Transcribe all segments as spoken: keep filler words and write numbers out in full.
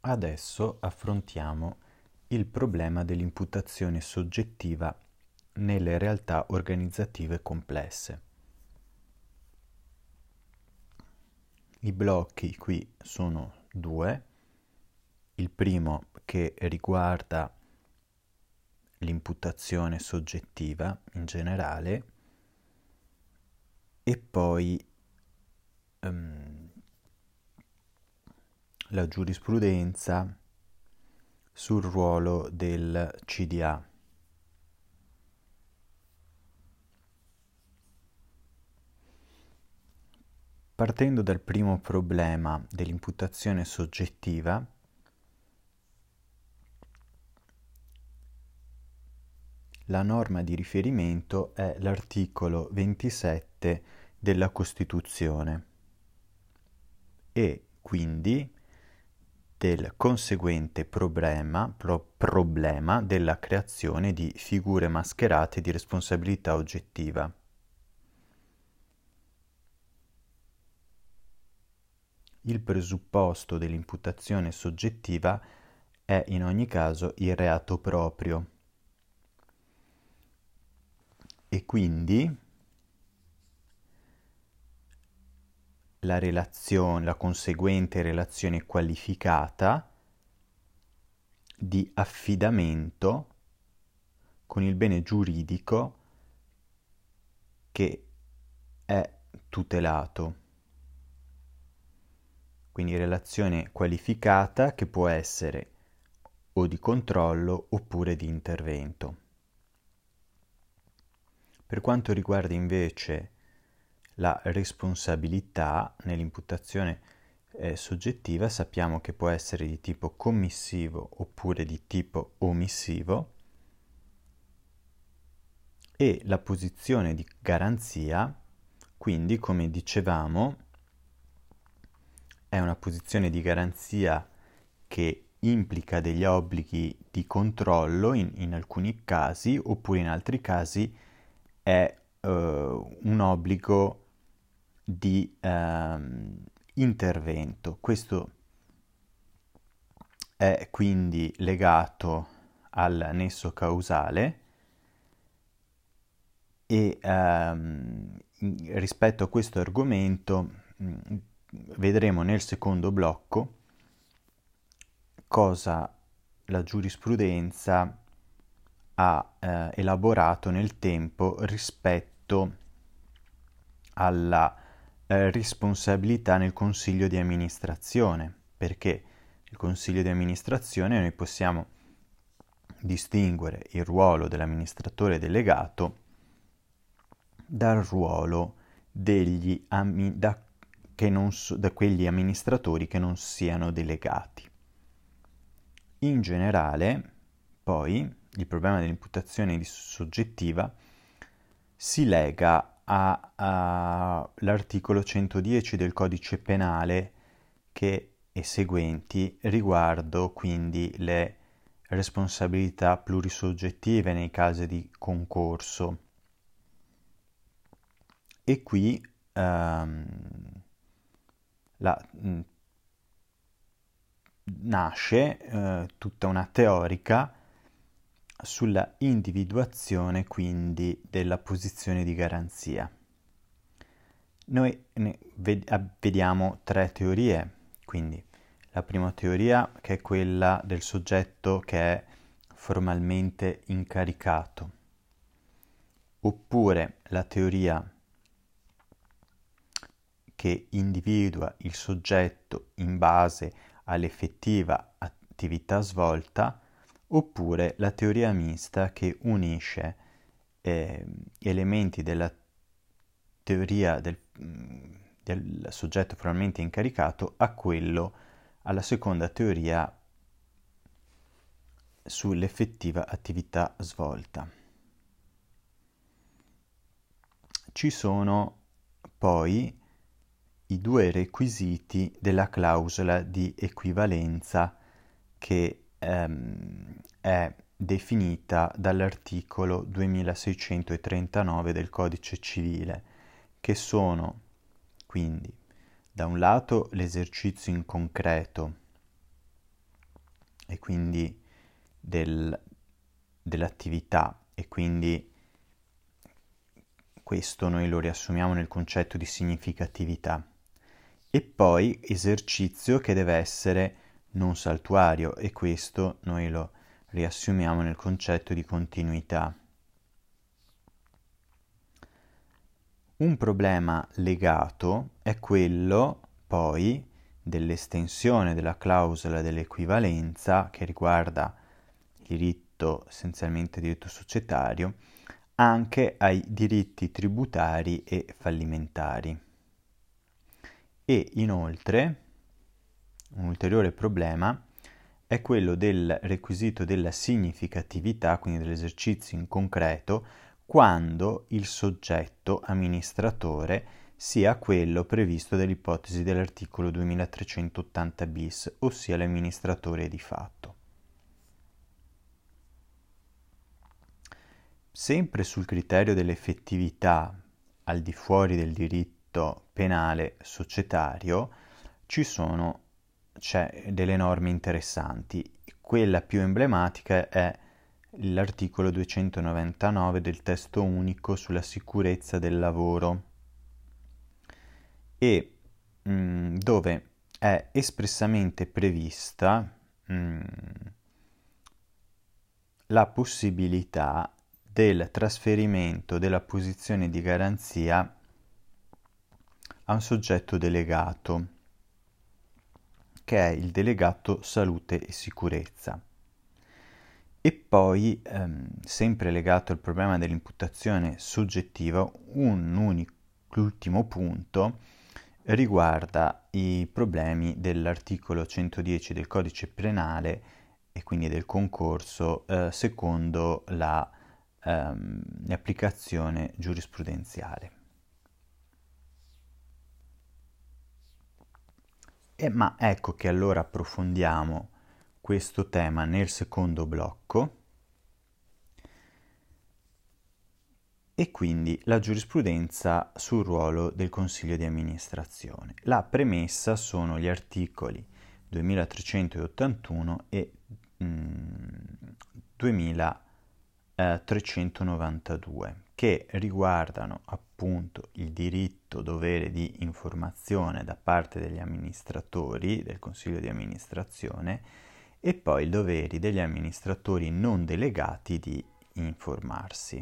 Adesso affrontiamo il problema dell'imputazione soggettiva nelle realtà organizzative complesse. I blocchi qui sono due, il primo che riguarda l'imputazione soggettiva in generale e poi um, la giurisprudenza sul ruolo del C D A. Partendo dal primo problema dell'imputazione soggettiva, la norma di riferimento è l'articolo ventisette della Costituzione e quindi del conseguente problema, pro- problema della creazione di figure mascherate di responsabilità oggettiva. Il presupposto dell'imputazione soggettiva è in ogni caso il reato proprio e quindi la relazione, la conseguente relazione qualificata di affidamento con il bene giuridico che è tutelato. Quindi relazione qualificata che può essere o di controllo oppure di intervento. Per quanto riguarda invece la responsabilità nell'imputazione eh, soggettiva, sappiamo che può essere di tipo commissivo oppure di tipo omissivo e la posizione di garanzia, quindi come dicevamo, è una posizione di garanzia che implica degli obblighi di controllo in, in alcuni casi, oppure in altri casi è uh, un obbligo di uh, intervento. Questo è quindi legato al nesso causale e um, rispetto a questo argomento mh, vedremo nel secondo blocco cosa la giurisprudenza ha eh, elaborato nel tempo rispetto alla eh, responsabilità nel consiglio di amministrazione, perché nel consiglio di amministrazione noi possiamo distinguere il ruolo dell'amministratore delegato dal ruolo degli ami- da, che non so, da quegli amministratori che non siano delegati. In generale, poi, il problema dell'imputazione soggettiva si lega all'articolo centodieci del Codice Penale che e seguenti riguardo quindi le responsabilità plurisoggettive nei casi di concorso. E qui um, la, mh, nasce eh, tutta una teorica sulla individuazione quindi della posizione di garanzia. Noi ne ved- vediamo tre teorie, quindi la prima teoria che è quella del soggetto che è formalmente incaricato, oppure la teoria che individua il soggetto in base all'effettiva attività svolta, oppure la teoria mista che unisce eh, elementi della teoria del, del soggetto formalmente incaricato a quello, alla seconda teoria sull'effettiva attività svolta. Ci sono poi i due requisiti della clausola di equivalenza che ehm, è definita dall'articolo duemilaseicentotrentanove del Codice Civile, che sono quindi da un lato l'esercizio in concreto e quindi del, dell'attività, e quindi questo noi lo riassumiamo nel concetto di significatività. E poi esercizio che deve essere non saltuario, e questo noi lo riassumiamo nel concetto di continuità. Un problema legato è quello poi dell'estensione della clausola dell'equivalenza, che riguarda il diritto, essenzialmente diritto societario, anche ai diritti tributari e fallimentari. E inoltre un ulteriore problema è quello del requisito della significatività, quindi dell'esercizio in concreto, quando il soggetto amministratore sia quello previsto dall'ipotesi dell'articolo duemilatrecentottanta bis, ossia l'amministratore di fatto. Sempre sul criterio dell'effettività al di fuori del diritto penale societario ci sono c'è delle norme interessanti. Quella più emblematica è l'articolo duecentonovantanove del testo unico sulla sicurezza del lavoro, e mh, dove è espressamente prevista mh, la possibilità del trasferimento della posizione di garanzia a un soggetto delegato, che è il delegato salute e sicurezza. E poi, ehm, sempre legato al problema dell'imputazione soggettiva, un unico, l'ultimo punto riguarda i problemi dell'articolo centodieci del codice penale, e quindi del concorso, eh, secondo la, ehm, l'applicazione giurisprudenziale. E, ma ecco che allora approfondiamo questo tema nel secondo blocco, e quindi la giurisprudenza sul ruolo del Consiglio di amministrazione. La premessa sono gli articoli duemilatrecentottantuno e mm, duemilatrecentonovantadue, che riguardano appunto il diritto-dovere di informazione da parte degli amministratori del Consiglio di amministrazione, e poi i doveri degli amministratori non delegati di informarsi.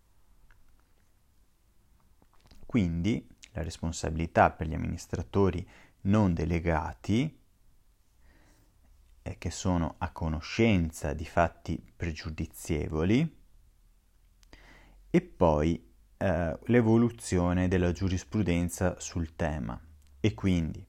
Quindi la responsabilità per gli amministratori non delegati, eh, che sono a conoscenza di fatti pregiudizievoli, e poi eh, l'evoluzione della giurisprudenza sul tema, e quindi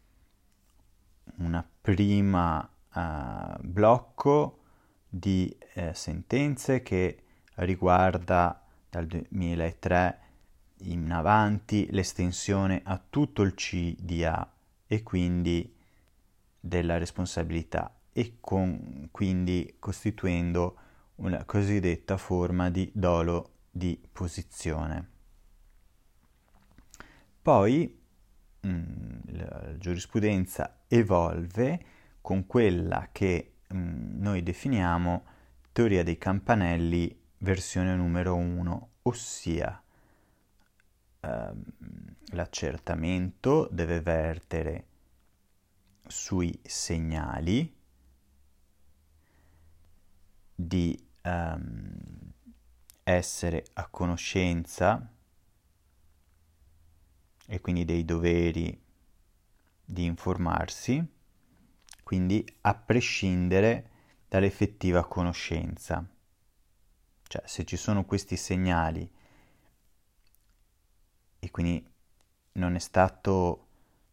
una prima eh, blocco di eh, sentenze che riguarda dal duemilatré in avanti l'estensione a tutto il C D A, e quindi della responsabilità, e con, quindi costituendo una cosiddetta forma di dolo di posizione. Poi mh, la giurisprudenza evolve con quella che mh, noi definiamo teoria dei campanelli versione numero uno, ossia ehm, l'accertamento deve vertere sui segnali di ehm, essere a conoscenza, e quindi dei doveri di informarsi, quindi a prescindere dall'effettiva conoscenza. Cioè, se ci sono questi segnali e quindi non è stato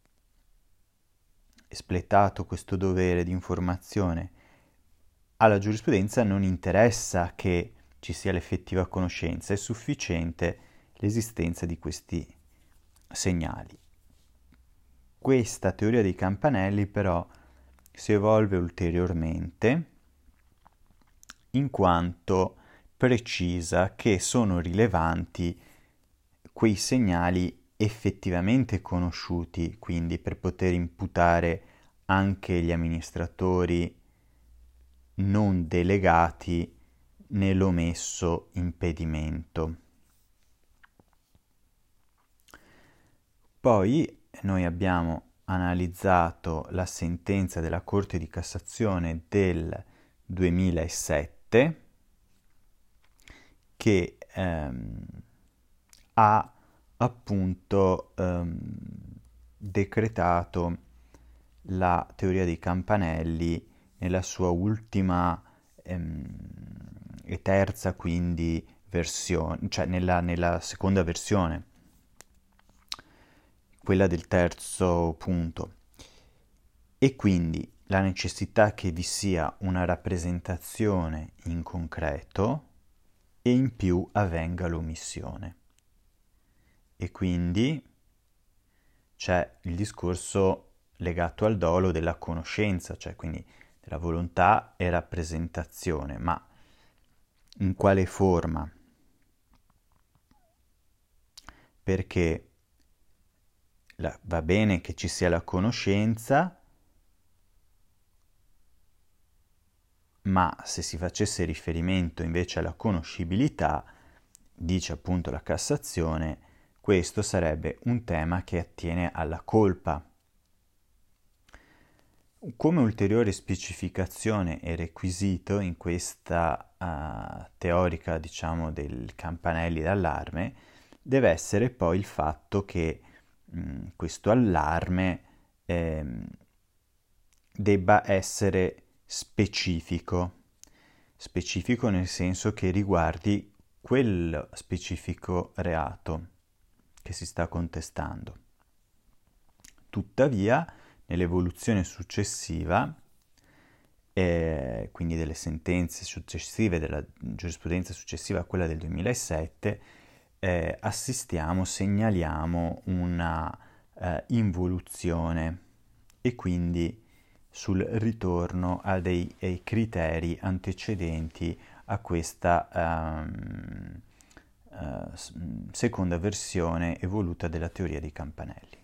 espletato questo dovere di informazione, alla giurisprudenza non interessa che ci sia l'effettiva conoscenza, è sufficiente l'esistenza di questi segnali. Questa teoria dei campanelli però si evolve ulteriormente, in quanto precisa che sono rilevanti quei segnali effettivamente conosciuti, quindi per poter imputare anche gli amministratori non delegati nell'omesso impedimento. Poi noi abbiamo analizzato la sentenza della Corte di Cassazione del duemilasette che ehm, ha appunto ehm, decretato la teoria dei campanelli nella sua ultima ehm, e terza quindi versione, cioè nella, nella seconda versione, quella del terzo punto. E quindi la necessità che vi sia una rappresentazione in concreto e in più avvenga l'omissione. E quindi c'è il discorso legato al dolo della conoscenza, cioè quindi della volontà e rappresentazione, ma in quale forma? Perché la, va bene che ci sia la conoscenza, ma se si facesse riferimento invece alla conoscibilità, dice appunto la Cassazione, questo sarebbe un tema che attiene alla colpa. Come ulteriore specificazione e requisito in questa uh, teorica, diciamo, del campanelli d'allarme, deve essere poi il fatto che mh, questo allarme eh, debba essere specifico, specifico nel senso che riguardi quel specifico reato che si sta contestando. Tuttavia, nell'evoluzione successiva, eh, quindi delle sentenze successive, della giurisprudenza successiva a quella del duemilasette, eh, assistiamo, segnaliamo una eh, involuzione e quindi sul ritorno a dei, dei criteri antecedenti a questa um, uh, seconda versione evoluta della teoria dei campanelli.